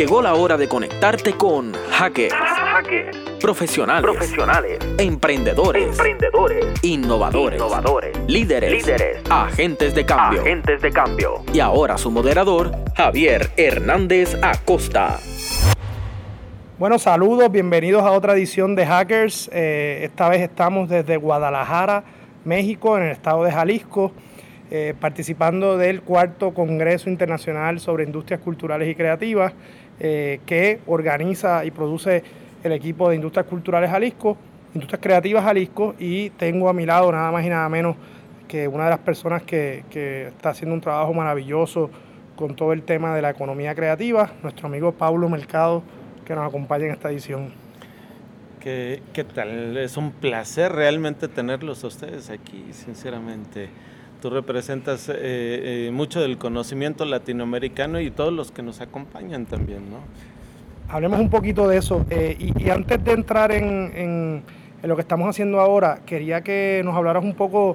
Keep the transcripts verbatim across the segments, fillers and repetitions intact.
Llegó la hora de conectarte con hackers, hackers, profesionales, profesionales, emprendedores, emprendedores, innovadores, innovadores, líderes, líderes, agentes de cambio. agentes de cambio. Y ahora su moderador, Javier Hernández Acosta. Bueno, saludos, bienvenidos a otra edición de Hackers. Eh, esta vez estamos desde Guadalajara, México, en el estado de Jalisco, eh, participando del cuarto Congreso Internacional sobre Industrias Culturales y Creativas, eh, que organiza y produce el equipo de Industrias Culturales Jalisco, Industrias Creativas Jalisco, y tengo a mi lado nada más y nada menos que una de las personas que, que está haciendo un trabajo maravilloso con todo el tema de la economía creativa, nuestro amigo Paulo Mercado, que nos acompaña en esta edición. ¿Qué, ¿Qué tal? Es un placer realmente tenerlos a ustedes aquí, sinceramente. Tú representas eh, eh, mucho del conocimiento latinoamericano y todos los que nos acompañan también, ¿no? Hablemos un poquito de eso. Eh, y, y antes de entrar en, en, en lo que estamos haciendo ahora, quería que nos hablaras un poco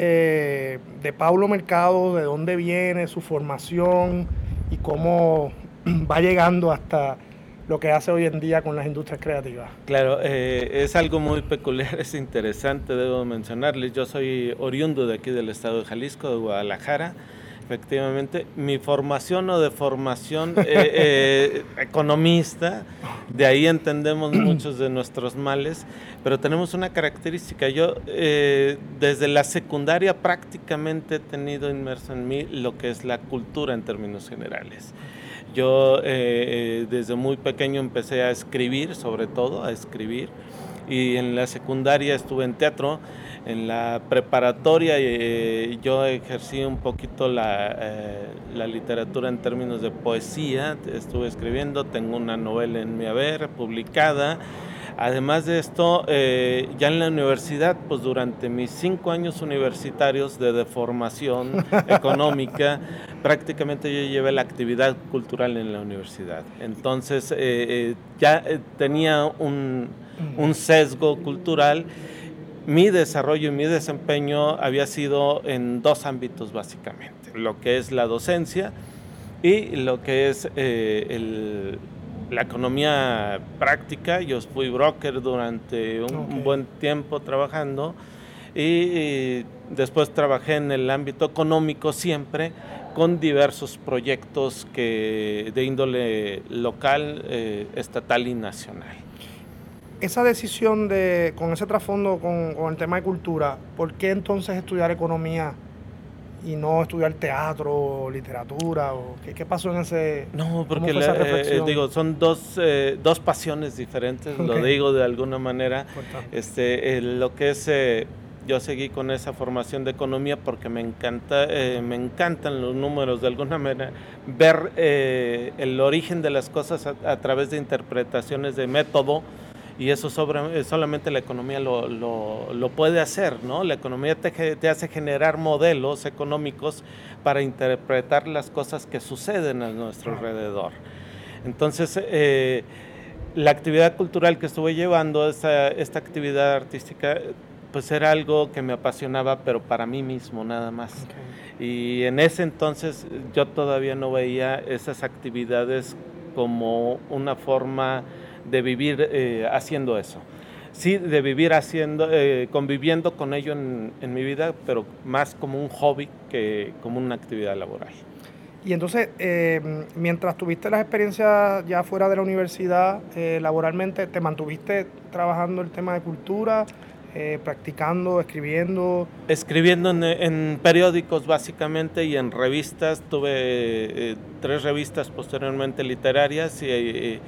eh, de Paulo Mercado, de dónde viene, su formación y cómo va llegando hasta lo que hace hoy en día con las industrias creativas. Claro, eh, es algo muy peculiar, es interesante, debo mencionarles. Yo soy oriundo de aquí del estado de Jalisco, de Guadalajara. Efectivamente, mi formación o de formación eh, eh, economista, de ahí entendemos muchos de nuestros males, pero tenemos una característica. Yo eh, desde la secundaria prácticamente he tenido inmerso en mí lo que es la cultura en términos generales. Yo eh, desde muy pequeño empecé a escribir, sobre todo a escribir, y en la secundaria estuve en teatro. En la preparatoria eh, yo ejercí un poquito la, eh, la literatura en términos de poesía, estuve escribiendo, tengo una novela en mi haber publicada. Además de esto, eh, ya en la universidad, pues durante mis cinco años universitarios de, de formación económica, prácticamente yo llevé la actividad cultural en la universidad. Entonces, eh, eh, ya eh, tenía un, un sesgo cultural. Mi desarrollo y mi desempeño había sido en dos ámbitos básicamente, lo que es la docencia y lo que es eh, el, la economía práctica. Yo fui broker durante un, okay. un buen tiempo trabajando y, y después trabajé en el ámbito económico siempre con diversos proyectos que, de índole local, eh, estatal y nacional. Esa decisión de, con ese trasfondo con, con el tema de cultura, ¿por qué entonces estudiar economía y no estudiar teatro o literatura? O ¿qué, qué pasó en ese No, porque la, eh, digo, son dos, eh, dos pasiones diferentes, okay. Lo digo de alguna manera. Este, eh, lo que es, eh, yo seguí con esa formación de economía porque me encanta, eh, me encantan los números de alguna manera, ver eh, el origen de las cosas a, a través de interpretaciones de método. Y eso sobre, solamente la economía lo, lo, lo puede hacer, ¿no? La economía te, te hace generar modelos económicos para interpretar las cosas que suceden a nuestro alrededor. Entonces, eh, la actividad cultural que estuve llevando, esta, esta actividad artística, pues era algo que me apasionaba, pero para mí mismo nada más. Okay. Y en ese entonces yo todavía no veía esas actividades como una forma de vivir eh, haciendo eso. Sí, de vivir haciendo, eh, conviviendo con ello en, en mi vida, pero más como un hobby que como una actividad laboral. Y entonces, eh, mientras tuviste las experiencias ya fuera de la universidad, eh, laboralmente, ¿te mantuviste trabajando el tema de cultura, eh, practicando, escribiendo? Escribiendo en, en periódicos básicamente y en revistas. Tuve eh, tres revistas posteriormente literarias y eh,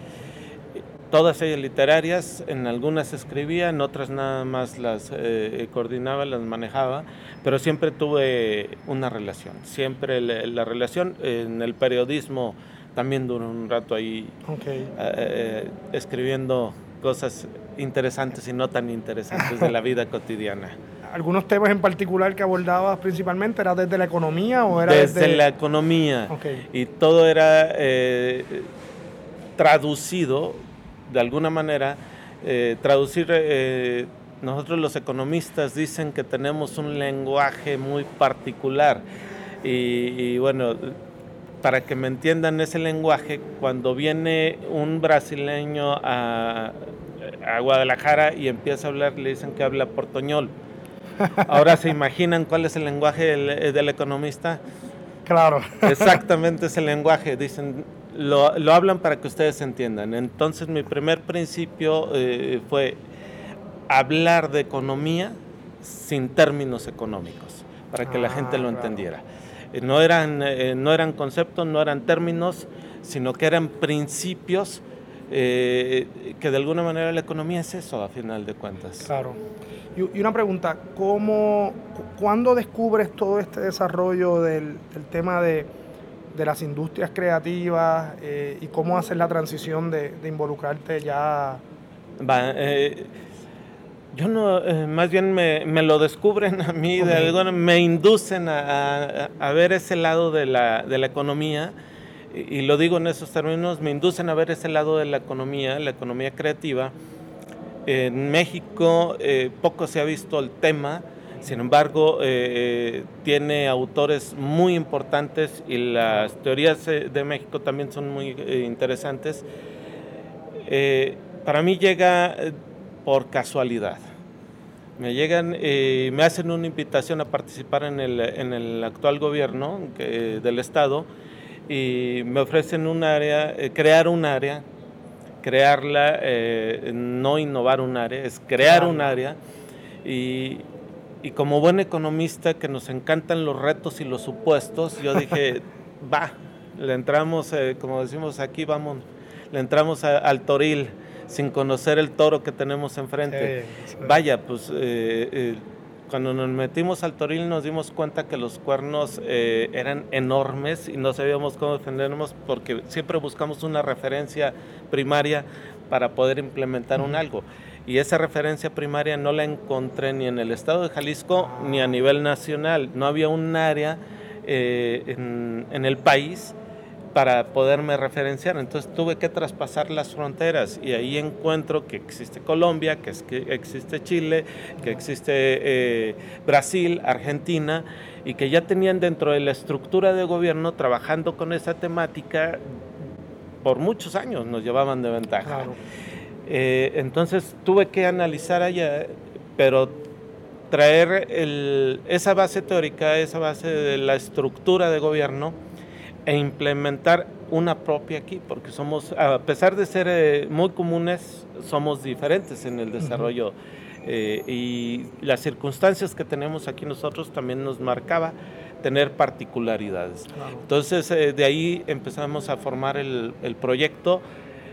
todas ellas literarias. En algunas escribía, en otras nada más las eh, coordinaba, las manejaba, pero siempre tuve una relación, siempre la, la relación. En el periodismo también duré un rato ahí, okay. eh, escribiendo cosas interesantes y no tan interesantes de la vida cotidiana. ¿Algunos temas en particular que abordabas principalmente? ¿Era desde la economía o era desde...? Desde desde la economía, okay. Y todo era eh, traducido de alguna manera, eh, traducir, eh, nosotros los economistas dicen que tenemos un lenguaje muy particular y, y bueno, para que me entiendan ese lenguaje, cuando viene un brasileño a, a Guadalajara y empieza a hablar, le dicen que habla portoñol. Ahora se imaginan cuál es el lenguaje del, del economista. Claro. Exactamente ese lenguaje, dicen, lo, lo hablan para que ustedes entiendan. Entonces mi primer principio eh, fue hablar de economía sin términos económicos, para que ah, la gente lo claro. entendiera. Eh, no eran, eh, no eran conceptos, no eran términos, sino que eran principios eh, que de alguna manera la economía es eso, a final de cuentas. Claro. Y, y una pregunta, ¿cómo, ¿cuándo descubres todo este desarrollo del, del tema de, de las industrias creativas eh, y cómo haces la transición de, de involucrarte ya? Va, eh, yo no, eh, más bien me, me lo descubren a mí, okay. de alguna, me inducen a, a, a ver ese lado de la, de la economía, y, y lo digo en esos términos, me inducen a ver ese lado de la economía, la economía creativa. En México eh, poco se ha visto el tema, sin embargo eh, tiene autores muy importantes y las teorías de México también son muy eh, interesantes. Eh, para mí llega por casualidad. Me llegan y eh, me hacen una invitación a participar en el, en el actual gobierno que, del Estado, y me ofrecen un área, eh, crear un área, crearla, eh, no innovar un área, es crear un área, y, y como buen economista que nos encantan los retos y los supuestos, yo dije, va, le entramos, eh, como decimos aquí, vamos, le entramos a, al toril, sin conocer el toro que tenemos enfrente. Sí, sí. Vaya, pues eh, eh, cuando nos metimos al toril nos dimos cuenta que los cuernos eh, eran enormes y no sabíamos cómo defendernos, porque siempre buscamos una referencia primaria para poder implementar uh-huh. un algo. Y esa referencia primaria no la encontré ni en el estado de Jalisco uh-huh. ni a nivel nacional. No había un área eh, en, en el país para poderme referenciar, entonces tuve que traspasar las fronteras, y ahí encuentro que existe Colombia, que, es, que existe Chile, que existe eh, Brasil, Argentina, y que ya tenían dentro de la estructura de gobierno trabajando con esa temática por muchos años, nos llevaban de ventaja. Claro. Eh, entonces tuve que analizar allá, pero traer el, esa base teórica, esa base de la estructura de gobierno, e implementar una propia aquí, porque somos, a pesar de ser eh, muy comunes, somos diferentes en el desarrollo uh-huh. eh, y las circunstancias que tenemos aquí nosotros también nos marcaba tener particularidades. Claro. Entonces eh, de ahí empezamos a formar el, el proyecto,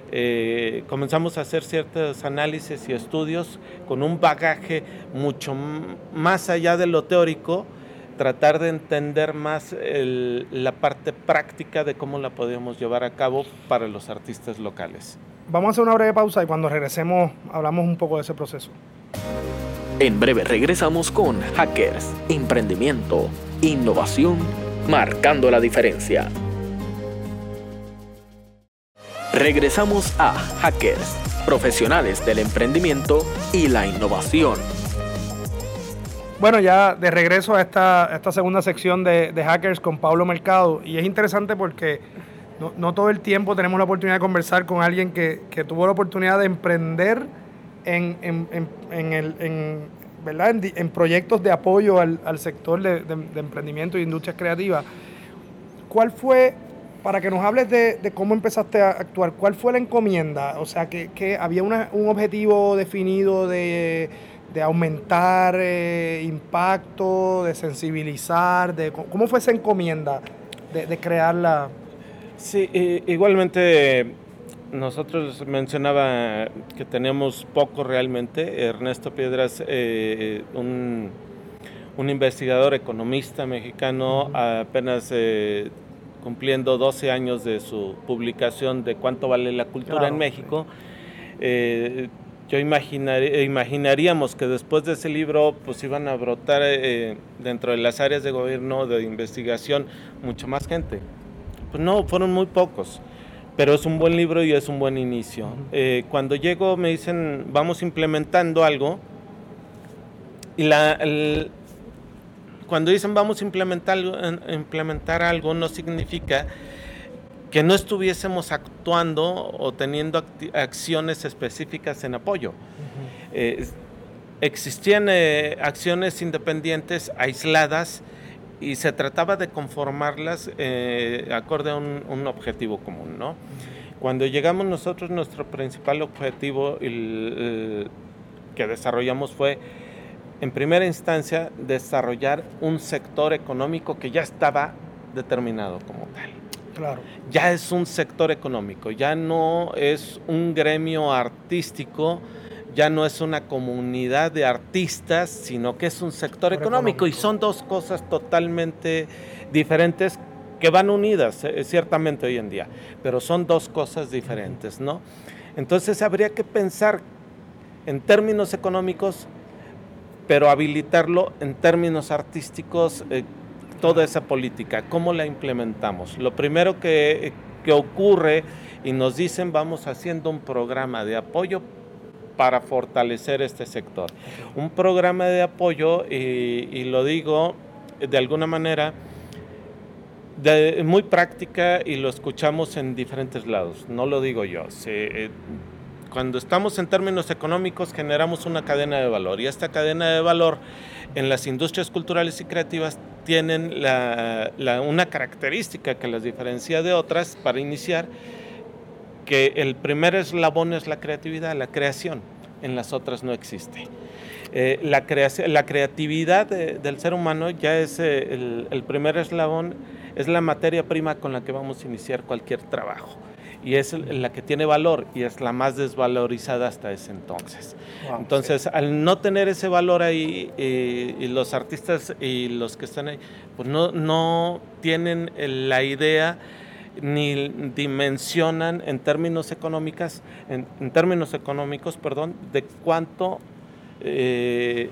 eh, comenzamos a hacer ciertos análisis y estudios con un bagaje mucho m- más allá de lo teórico, tratar de entender más el, la parte práctica de cómo la podemos llevar a cabo para los artistas locales. Vamos a hacer una breve pausa y cuando regresemos hablamos un poco de ese proceso. En breve regresamos con Hackers, emprendimiento, innovación, marcando la diferencia. Regresamos a Hackers, profesionales del emprendimiento y la innovación. Bueno, ya de regreso a esta, esta segunda sección de, de Hackers con Pablo Mercado, y es interesante porque no, no todo el tiempo tenemos la oportunidad de conversar con alguien que, que tuvo la oportunidad de emprender en, en, en, en, el, en, ¿verdad? en, en proyectos de apoyo al, al sector de, de, de emprendimiento e industrias creativas. ¿Cuál fue, para que nos hables de, de cómo empezaste a actuar, cuál fue la encomienda? O sea, que, que había una, un objetivo definido de... de aumentar eh, impacto, de sensibilizar, de ¿cómo fue esa encomienda de, de crearla? Sí, eh, igualmente nosotros mencionaba que teníamos poco realmente. Ernesto Piedras, eh, un, un investigador economista mexicano, uh-huh. apenas eh, cumpliendo doce años de su publicación de Cuánto vale la cultura claro, en México, sí. eh, Yo imaginaría, imaginaríamos que después de ese libro pues iban a brotar eh, dentro de las áreas de gobierno, de investigación, mucho más gente. Pues no, fueron muy pocos, pero es un buen libro y es un buen inicio. Uh-huh. Eh, cuando llego me dicen, vamos implementando algo, y la, el, cuando dicen vamos a implementar, implementar algo no significa que no estuviésemos actuando o teniendo acti- acciones específicas en apoyo. Uh-huh. Eh, existían eh, acciones independientes, aisladas, y se trataba de conformarlas eh, acorde a un, un objetivo común, ¿no? Cuando llegamos nosotros, nuestro principal objetivo el, el, que desarrollamos fue, en primera instancia, desarrollar un sector económico que ya estaba determinado como tal. Claro. Ya es un sector económico, ya no es un gremio artístico, ya no es una comunidad de artistas, sino que es un sector económico, económico, y son dos cosas totalmente diferentes que van unidas, eh, ciertamente hoy en día, pero son dos cosas diferentes, ¿no? Entonces habría que pensar en términos económicos, pero habilitarlo en términos artísticos, eh, toda esa política, ¿cómo la implementamos? Lo primero que, que ocurre, y nos dicen, vamos haciendo un programa de apoyo para fortalecer este sector. Un programa de apoyo, y, y lo digo de alguna manera de, muy práctica, y lo escuchamos en diferentes lados, no lo digo yo. Se, eh, cuando estamos en términos económicos generamos una cadena de valor, y esta cadena de valor en las industrias culturales y creativas tienen la, la, una característica que las diferencia de otras, para iniciar, que el primer eslabón es la creatividad, la creación, en las otras no existe. Eh, la, creación, la creatividad de, del ser humano ya es eh, el, el primer eslabón, es la materia prima con la que vamos a iniciar cualquier trabajo, y es la que tiene valor, y es la más desvalorizada hasta ese entonces. Wow, entonces, sí. Al no tener ese valor ahí, eh, y los artistas y los que están ahí, pues no, no tienen la idea ni dimensionan en términos económicos, en, en términos económicos, perdón, de cuánto, eh,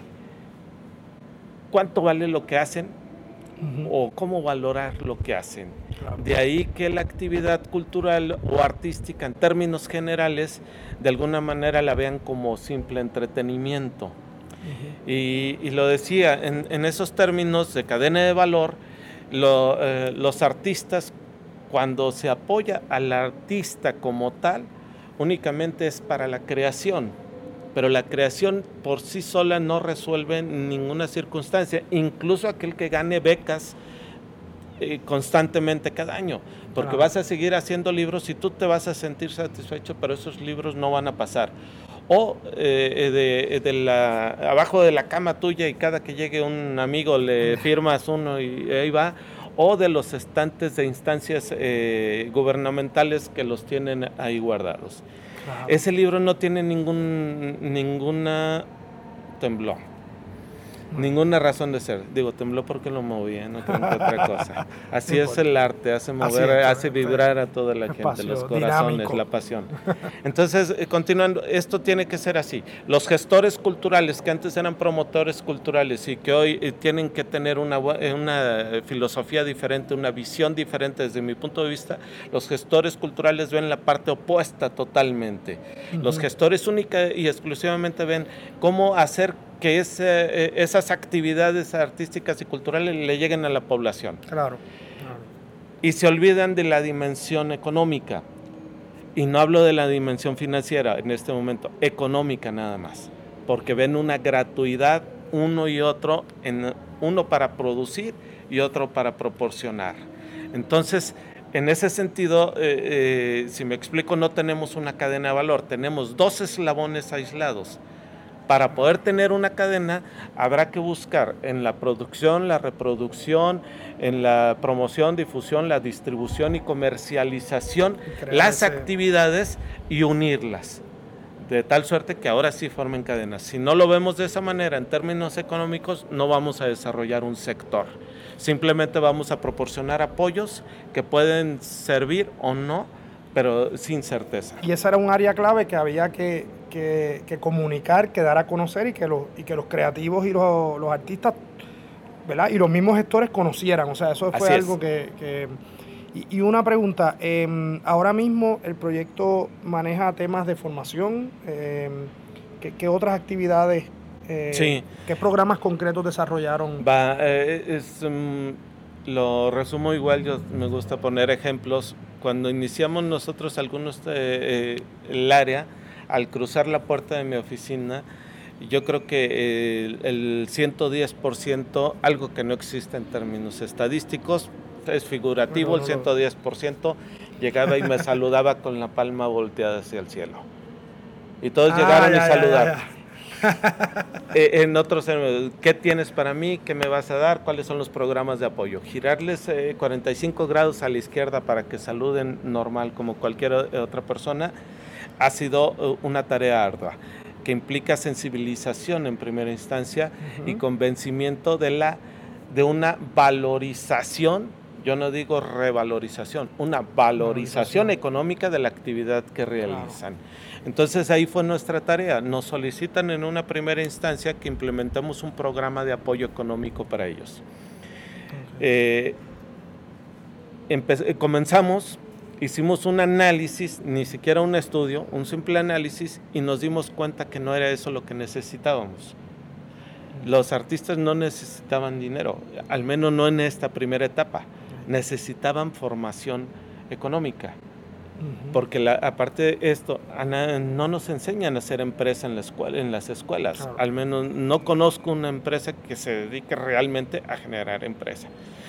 cuánto vale lo que hacen, uh-huh, o cómo valorar lo que hacen. Claro. De ahí que la actividad cultural o artística, en términos generales, de alguna manera la vean como simple entretenimiento. Uh-huh. Y, y lo decía, en, en esos términos de cadena de valor, lo, eh, los artistas, cuando se apoya al artista como tal, únicamente es para la creación, pero la creación por sí sola no resuelve ninguna circunstancia, incluso aquel que gane becas eh, constantemente cada año, porque claro, vas a seguir haciendo libros y tú te vas a sentir satisfecho, pero esos libros no van a pasar. O eh, de, de la, abajo de la cama tuya, y cada que llegue un amigo le firmas uno y ahí va, o de los estantes de instancias eh, gubernamentales que los tienen ahí guardados. Claro. Ese libro no tiene ningún, ninguna tembló, ninguna razón de ser. Digo, tembló porque lo movía, no tengo otra cosa. Así es el arte, hace mover, es, hace vibrar a toda la gente, espacio, los corazones, dinámico, la pasión. Entonces, eh, continuando, esto tiene que ser así. Los gestores culturales, que antes eran promotores culturales y que hoy eh, tienen que tener una, una filosofía diferente, una visión diferente desde mi punto de vista, los gestores culturales ven la parte opuesta totalmente. Uh-huh. Los gestores única y exclusivamente ven cómo hacer que ese, esas actividades artísticas y culturales le lleguen a la población. Claro, claro. Y se olvidan de la dimensión económica. Y no hablo de la dimensión financiera en este momento, económica nada más. Porque ven una gratuidad uno y otro, en, uno para producir y otro para proporcionar. Entonces, en ese sentido, eh, eh, si me explico, no tenemos una cadena de valor, tenemos dos eslabones aislados. Para poder tener una cadena, habrá que buscar en la producción, la reproducción, en la promoción, difusión, la distribución y comercialización, las actividades, y unirlas, de tal suerte que ahora sí formen cadenas. Si no lo vemos de esa manera, en términos económicos, no vamos a desarrollar un sector. Simplemente vamos a proporcionar apoyos que pueden servir o no, pero sin certeza. Y esa era un área clave que había que, que, que comunicar, que dar a conocer, y que los, y que los creativos y los, los artistas, ¿verdad?, y los mismos gestores conocieran. O sea, eso fue Así algo es. que... que y, y una pregunta, eh, ahora mismo el proyecto maneja temas de formación, eh, ¿qué, qué otras actividades, eh, sí. qué programas concretos desarrollaron? Va, eh, es, um, lo resumo igual, yo me gusta poner ejemplos. cuando iniciamos nosotros algunos eh, el área, al cruzar la puerta de mi oficina, yo creo que eh, el ciento diez por ciento, algo que no existe en términos estadísticos, es figurativo, bueno, no, no, el ciento diez por ciento llegaba y me saludaba con la palma volteada hacia el cielo. Y todos ah, llegaron ya, y saludaron. Ya, ya. eh, en otros, ¿qué tienes para mí? ¿Qué me vas a dar? ¿Cuáles son los programas de apoyo? Girarles eh, cuarenta y cinco grados a la izquierda para que saluden normal como cualquier otra persona ha sido uh, una tarea ardua, que implica sensibilización en primera instancia uh-huh. y convencimiento de, la, de una valorización, yo no digo revalorización, una valorización, valorización. económica de la actividad que realizan. Claro. Entonces ahí fue nuestra tarea, nos solicitan en una primera instancia que implementemos un programa de apoyo económico para ellos. Okay. Eh, empe- comenzamos... Hicimos un análisis, ni siquiera un estudio, un simple análisis, y nos dimos cuenta que no era eso lo que necesitábamos. Los artistas no necesitaban dinero, al menos no en esta primera etapa. Necesitaban formación económica, uh-huh. porque la, aparte de esto, no nos enseñan a hacer empresa en, la escuela, en las escuelas. Claro. Al menos no conozco una empresa que se dedique realmente a generar empresa.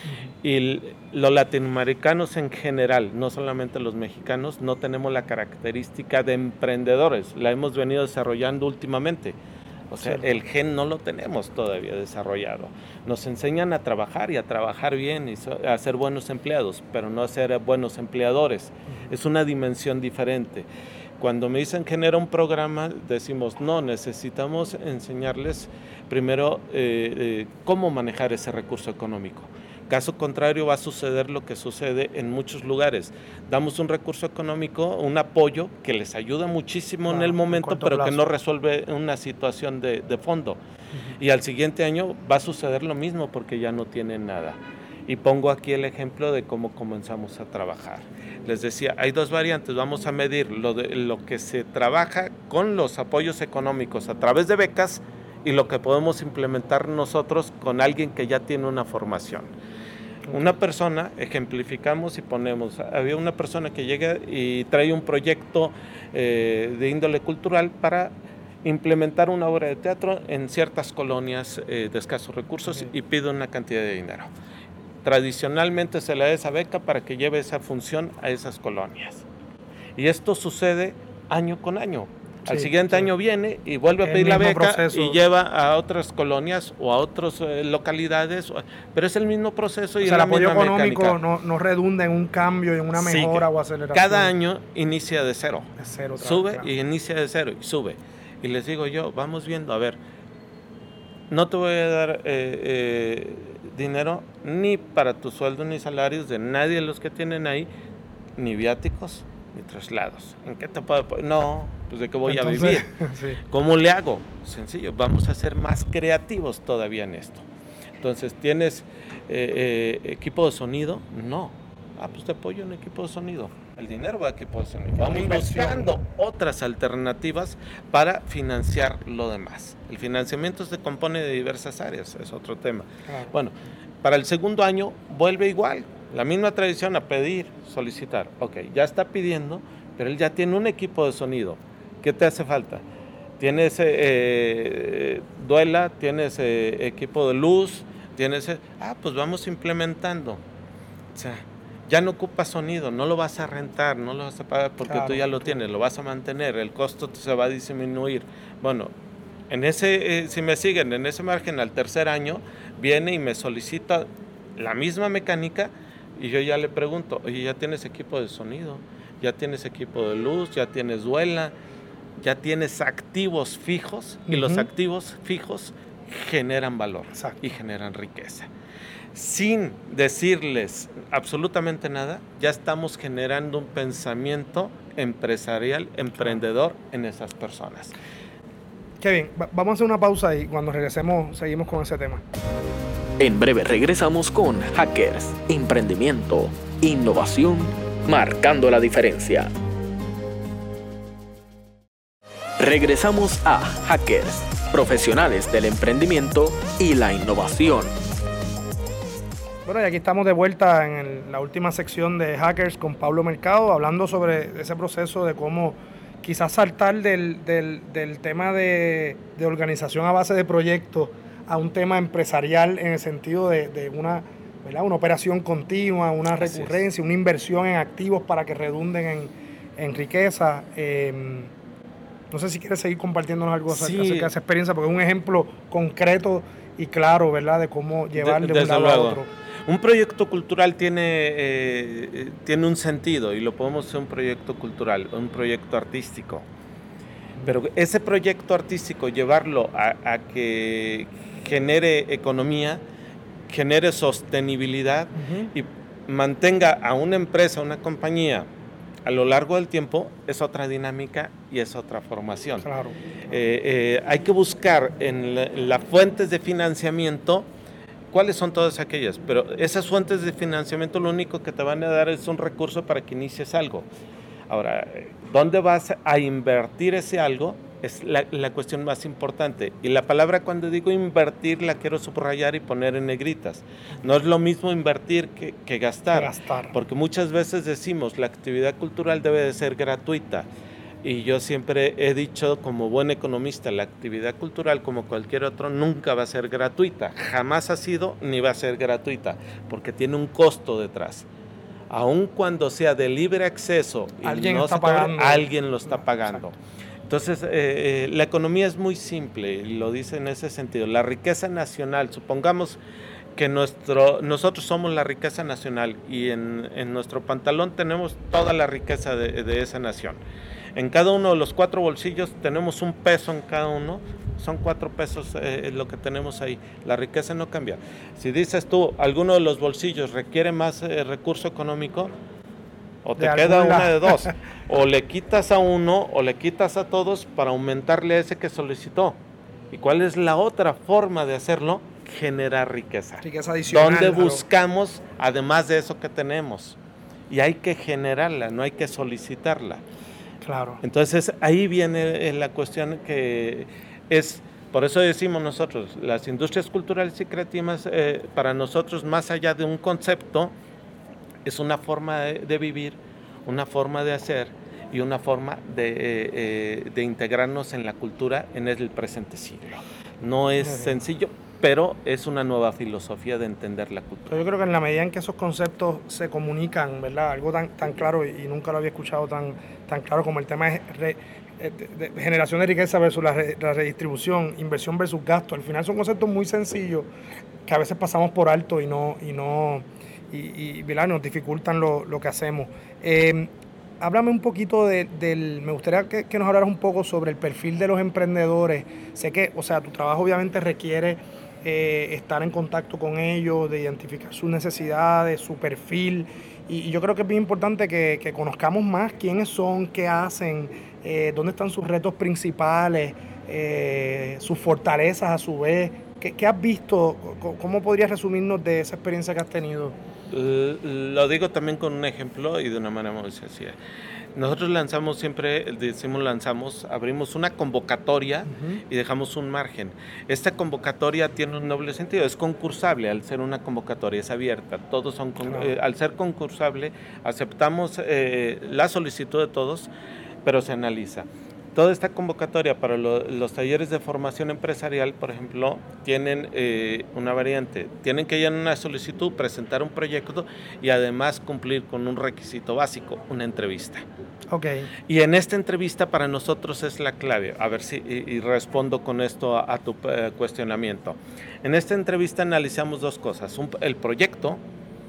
Y los latinoamericanos en general, no solamente los mexicanos, no tenemos la característica de emprendedores, la hemos venido desarrollando últimamente. O sea, sí. el gen no lo tenemos todavía desarrollado. Nos enseñan a trabajar y a trabajar bien y a ser buenos empleados, pero no a ser buenos empleadores. Uh-huh. Es una dimensión diferente. Cuando me dicen genera un programa, decimos, no, necesitamos enseñarles primero eh, eh, cómo manejar ese recurso económico. Caso contrario va a suceder lo que sucede en muchos lugares. Damos un recurso económico, un apoyo que les ayuda muchísimo claro, en el momento, en pero plazo. que no resuelve una situación de, de fondo. Uh-huh. Y al siguiente año va a suceder lo mismo porque ya no tienen nada. Y pongo aquí el ejemplo de cómo comenzamos a trabajar. Les decía, hay dos variantes. Vamos a medir lo, de, lo que se trabaja con los apoyos económicos a través de becas y lo que podemos implementar nosotros con alguien que ya tiene una formación. Una persona, ejemplificamos y ponemos, había una persona que llega y trae un proyecto eh, de índole cultural para implementar una obra de teatro en ciertas colonias eh, de escasos recursos okay. y pide una cantidad de dinero. Tradicionalmente se le da esa beca para que lleve esa función a esas colonias. Y esto sucede año con año. Al sí, siguiente sí. año viene y vuelve a pedir la beca proceso. y lleva a otras colonias o a otras eh, localidades, pero es el mismo proceso y o sea, es la misma mecánica. El apoyo económico no, no redunda en un cambio, en una mejora sí, o aceleración. Cada año inicia de cero, de cero otra sube vez, claro. y inicia de cero y sube. Y les digo yo, vamos viendo, a ver, no te voy a dar eh, eh, dinero ni para tu sueldo ni salarios de nadie de los que tienen ahí, ni viáticos, ni traslados. ¿En qué te puedo apoyar? No, pues de qué voy Entonces, a vivir. Sí. ¿Cómo le hago? Sencillo, vamos a ser más creativos todavía en esto. Entonces, ¿tienes eh, eh, equipo de sonido? No. Ah, pues te apoyo en equipo de sonido. El dinero va a equipo de sonido. Vamos buscando otras alternativas para financiar lo demás. El financiamiento se compone de diversas áreas, es otro tema. Claro. Bueno, para el segundo año vuelve igual. La misma tradición a pedir, solicitar. Ok, ya está pidiendo, pero él ya tiene un equipo de sonido. ¿Qué te hace falta? Tienes eh, duela, tienes eh, equipo de luz, tienes... Eh, ah, pues vamos implementando. O sea, ya no ocupas sonido, no lo vas a rentar, no lo vas a pagar porque claro, tú ya lo tienes, lo vas a mantener, el costo se va a disminuir. Bueno, en ese, eh, si me siguen, en ese margen al tercer año, viene y me solicita la misma mecánica. Y yo ya le pregunto, oye, ¿ya tienes equipo de sonido? ¿Ya tienes equipo de luz? ¿Ya tienes duela? ¿Ya tienes activos fijos? Uh-huh. Y los activos fijos generan valor Exacto. y generan riqueza. Sin decirles absolutamente nada, ya estamos generando un pensamiento empresarial, emprendedor en esas personas. Qué bien, vamos a hacer una pausa y cuando regresemos seguimos con ese tema. En breve regresamos con Hackers, emprendimiento, innovación, marcando la diferencia. Regresamos a Hackers, profesionales del emprendimiento y la innovación. Bueno, y aquí estamos de vuelta en el- la última sección de Hackers con Pablo Mercado, hablando sobre ese proceso de cómo quizás saltar del, del- del tema de, de organización a base de proyectos a un tema empresarial en el sentido de, de una, ¿verdad? Una operación continua, una Así es. recurrencia, una inversión en activos para que redunden en, en riqueza. Eh, no sé si quieres seguir compartiéndonos algo acerca Sí. acerca de esa experiencia, porque es un ejemplo concreto y claro, ¿verdad?, de cómo llevar de, De- un desde lado a luego. otro. Un proyecto cultural tiene, eh, eh, tiene un sentido y lo podemos hacer un proyecto cultural, un proyecto artístico. Pero ese proyecto artístico, llevarlo a, a que genere economía, genere sostenibilidad Ujú. y mantenga a una empresa, una compañía a lo largo del tiempo, es otra dinámica y es otra formación. Claro. Eh, eh, hay que buscar en la- en las fuentes de financiamiento cuáles son todas aquellas, pero esas fuentes de financiamiento lo único que te van a dar es un recurso para que inicies algo. Ahora, ¿dónde vas a invertir ese algo? Es la, la cuestión más importante. Y la palabra, cuando digo invertir, la quiero subrayar y poner en negritas. No es lo mismo invertir que, que gastar. Que gastar. Porque muchas veces decimos, la actividad cultural debe de ser gratuita. Y yo siempre he dicho, como buen economista, la actividad cultural, como cualquier otro, nunca va a ser gratuita. Jamás ha sido ni va a ser gratuita, porque tiene un costo detrás. Aun cuando sea de libre acceso y Alguien no está se cobre, pagando. alguien lo está pagando. Exacto. Entonces, eh, eh, la economía es muy simple, y lo dice en ese sentido. La riqueza nacional, supongamos que nuestro, nosotros somos la riqueza nacional y en, en nuestro pantalón tenemos toda la riqueza de, de esa nación. En cada uno de los cuatro bolsillos tenemos un peso en cada uno, son cuatro pesos eh, lo que tenemos ahí. La riqueza no cambia. Si dices tú, alguno de los bolsillos requiere más eh, recurso económico, o te De queda algún una lado. de dos, o le quitas a uno o le quitas a todos para aumentarle a ese que solicitó. ¿Y cuál es la otra forma de hacerlo? Generar riqueza. Riqueza adicional. ¿Dónde a lo- buscamos, además de eso que tenemos? Y hay que generarla, no hay que solicitarla. Claro. Entonces ahí viene la cuestión que es, por eso decimos nosotros, las industrias culturales y creativas, eh, para nosotros, más allá de un concepto, es una forma de, de vivir, una forma de hacer y una forma de, eh, eh, de integrarnos en la cultura en el presente siglo. No es Muy bien. sencillo, pero es una nueva filosofía de entender la cultura. Pero yo creo que en la medida en que esos conceptos se comunican, ¿verdad? Algo tan, tan claro, y, y nunca lo había escuchado tan, tan claro como el tema de, re- eh, de- de generación de riqueza versus la, re- la redistribución, inversión versus gasto. Al final son conceptos muy sencillos que a veces pasamos por alto y no, y no, y, y, ¿verdad?, nos dificultan lo, lo que hacemos. Eh, háblame un poquito de- del, me gustaría que, que nos hablaras un poco sobre el perfil de los emprendedores. Sé que, o sea, tu trabajo obviamente requiere eh, estar en contacto con ellos, de identificar sus necesidades, su perfil. Y, y yo creo que es bien importante que, que conozcamos más quiénes son, qué hacen, eh, dónde están sus retos principales, eh, sus fortalezas a su vez. ¿Qué, qué has visto? C- ¿Cómo podrías resumirnos de esa experiencia que has tenido? L- Lo digo también con un ejemplo y de una manera muy sencilla. Nosotros lanzamos siempre, decimos lanzamos, abrimos una convocatoria Ujú. y dejamos un margen. Esta convocatoria tiene un doble sentido, es concursable al ser una convocatoria, es abierta. Todos son, con- Claro. eh, al ser concursable, aceptamos eh, la solicitud de todos, pero se analiza. Toda esta convocatoria para lo- los talleres de formación empresarial, por ejemplo, tienen eh, una variante. Tienen que llenar una solicitud, presentar un proyecto y además cumplir con un requisito básico, una entrevista. Ok. Y en esta entrevista para nosotros es la clave. A ver si y, y respondo con esto a, a tu eh, cuestionamiento. En esta entrevista analizamos dos cosas. Un- el proyecto,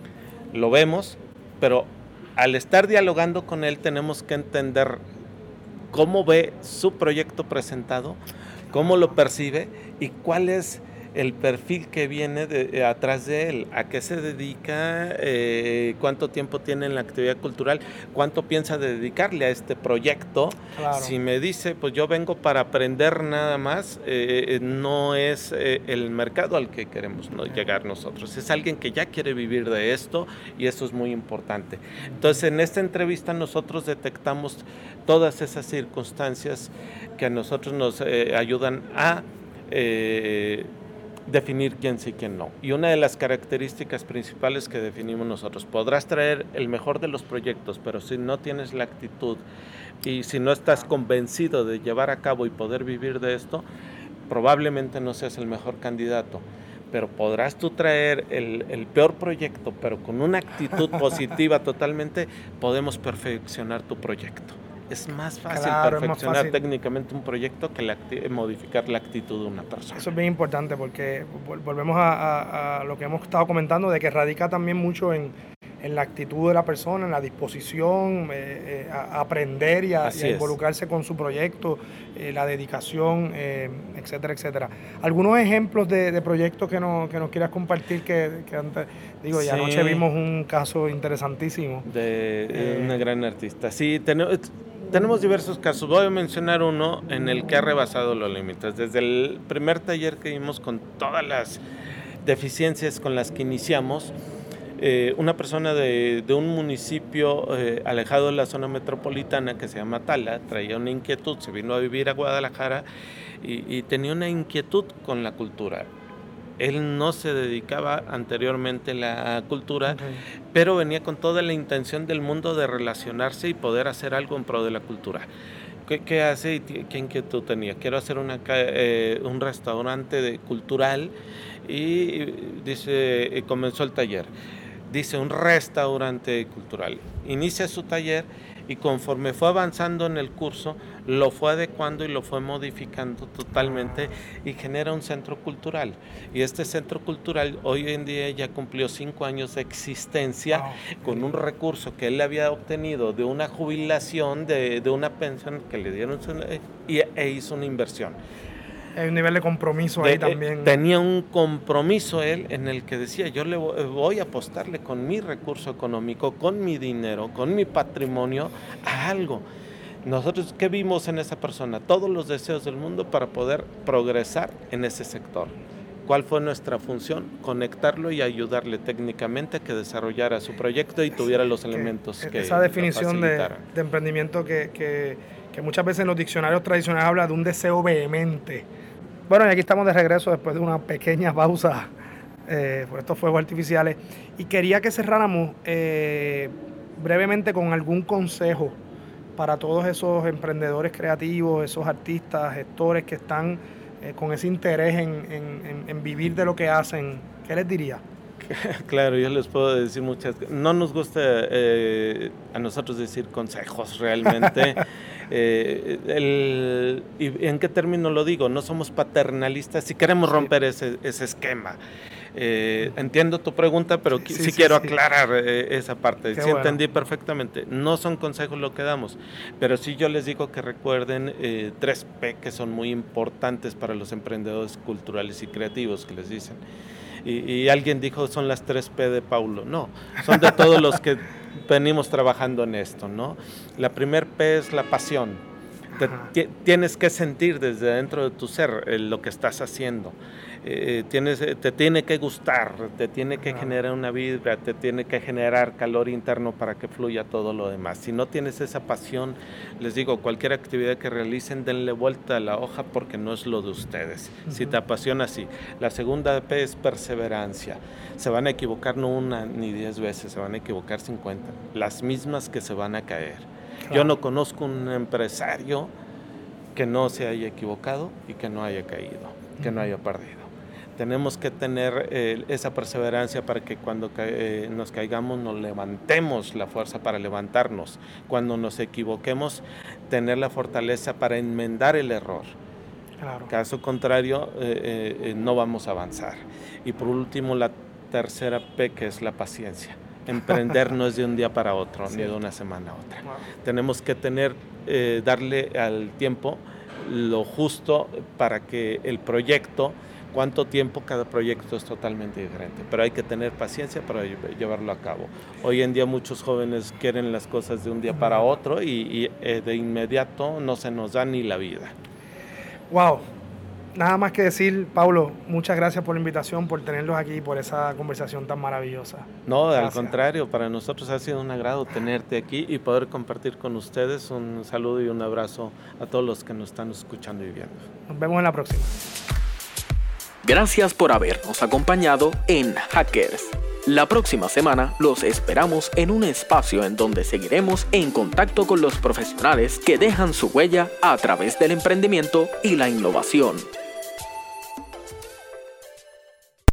lo vemos, pero al estar dialogando con él tenemos que entender cómo ve su proyecto presentado, cómo lo percibe y cuál es el perfil que viene de, eh, atrás de él, a qué se dedica, eh, cuánto tiempo tiene en la actividad cultural, cuánto piensa de dedicarle a este proyecto. Claro. Si me dice, pues yo vengo para aprender nada más, eh, no es eh, el mercado al que queremos, ¿no?, llegar nosotros. Es alguien que ya quiere vivir de esto y eso es muy importante. Entonces, en esta entrevista nosotros detectamos todas esas circunstancias que a nosotros nos eh, ayudan a... Eh, definir quién sí y quién no. Y una de las características principales que definimos nosotros, podrás traer el mejor de los proyectos, pero si no tienes la actitud y si no estás convencido de llevar a cabo y poder vivir de esto, probablemente no seas el mejor candidato. Pero podrás tú traer el, el peor proyecto, pero con una actitud positiva totalmente, podemos perfeccionar tu proyecto. Es más fácil Claro, perfeccionar es más fácil. técnicamente un proyecto que la, modificar la actitud de una persona. Eso es bien importante porque volvemos a, a, a lo que hemos estado comentando, de que radica también mucho en, en la actitud de la persona, en la disposición eh, eh, a aprender y a, y a involucrarse con su proyecto, eh, la dedicación, eh, etcétera, etcétera. ¿Algunos ejemplos de, de proyectos que, no, que nos quieras compartir? Que, que antes, digo, ya sí. anoche vimos un caso interesantísimo. De eh, una gran artista. Sí, tenemos... Tenemos diversos casos, voy a mencionar uno en el que ha rebasado los límites. Desde el primer taller que vimos con todas las deficiencias con las que iniciamos, eh, una persona de, de un municipio eh, alejado de la zona metropolitana que se llama Tala, traía una inquietud, se vino a vivir a Guadalajara y, y tenía una inquietud con la cultura. Él no se dedicaba anteriormente a la cultura, okay. pero venía con toda la intención del mundo de relacionarse y poder hacer algo en pro de la cultura. ¿Qué, qué hace y qué inquietud tenía? Quiero hacer una, eh, un restaurante de, cultural y dice, comenzó el taller. Dice, un restaurante cultural. Inicia su taller y conforme fue avanzando en el curso, lo fue adecuando y lo fue modificando totalmente y genera un centro cultural. Y este centro cultural hoy en día ya cumplió cinco años de existencia wow. con un recurso que él había obtenido de una jubilación, de, de una pensión que le dieron y, e hizo una inversión. Hay un nivel de compromiso de, ahí también. Tenía un compromiso él en el que decía, yo le voy, voy a apostarle con mi recurso económico, con mi dinero, con mi patrimonio a algo. Nosotros, ¿qué vimos en esa persona? Todos los deseos del mundo para poder progresar en ese sector. ¿Cuál fue nuestra función? Conectarlo y ayudarle técnicamente a que desarrollara su proyecto y tuviera los que, elementos que esa definición de, de emprendimiento que, que, que muchas veces en los diccionarios tradicionales habla de un deseo vehemente. Bueno, y aquí estamos de regreso después de una pequeña pausa eh, por estos fuegos artificiales. Y quería que cerráramos eh, brevemente con algún consejo para todos esos emprendedores creativos, esos artistas, gestores que están eh, con ese interés en, en, en vivir de lo que hacen. ¿Qué les diría? Claro, yo les puedo decir muchas cosas. No nos gusta eh, a nosotros decir consejos realmente. eh, el, ¿Y en qué término lo digo? No somos paternalistas si queremos romper sí. ese, ese esquema. Eh, entiendo tu pregunta, pero sí, sí, sí quiero sí. aclarar eh, esa parte. Qué sí bueno. Entendí perfectamente. No son consejos lo que damos, pero sí yo les digo que recuerden eh, tres P que son muy importantes para los emprendedores culturales y creativos que les dicen. Y, y alguien dijo, son las tres P de Paulo. No, son de todos los que venimos trabajando en esto, ¿no? La primer P es la pasión. Te, tienes que sentir desde dentro de tu ser eh, lo que estás haciendo. Eh, tienes, te tiene que gustar, te tiene que generar una vibra, te tiene que generar calor interno para que fluya todo lo demás. Si no tienes esa pasión, les digo, cualquier actividad que realicen, denle vuelta a la hoja porque no es lo de ustedes. Uh-huh. Si te apasiona, sí. La segunda P es perseverancia. Se van a equivocar no una ni diez veces, se van a equivocar cincuenta. Las mismas que se van a caer. Claro. Yo no conozco un empresario que no se haya equivocado y que no haya caído, que uh-huh. no haya perdido. Tenemos que tener eh, esa perseverancia para que cuando ca- eh, nos caigamos nos levantemos la fuerza para levantarnos. Cuando nos equivoquemos, tener la fortaleza para enmendar el error. Claro. Caso contrario, eh, eh, no vamos a avanzar. Y por último, la tercera P, que es la paciencia. Emprender no es de un día para otro, sí. ni de una semana a otra. Wow. Tenemos que tener, eh, darle al tiempo lo justo para que el proyecto, cuánto tiempo, cada proyecto es totalmente diferente, pero hay que tener paciencia para llevarlo a cabo. Hoy en día muchos jóvenes quieren las cosas de un día para otro y, y eh, de inmediato no se nos da ni la vida. Wow. Nada más que decir, Paulo, muchas gracias por la invitación, por tenerlos aquí, por esa conversación tan maravillosa. No, gracias. Al contrario, para nosotros ha sido un agrado tenerte aquí y poder compartir con ustedes. Un saludo y un abrazo a todos los que nos están escuchando y viendo. Nos vemos en la próxima. Gracias por habernos acompañado en Hackers. La próxima semana los esperamos en un espacio en donde seguiremos en contacto con los profesionales que dejan su huella a través del emprendimiento y la innovación.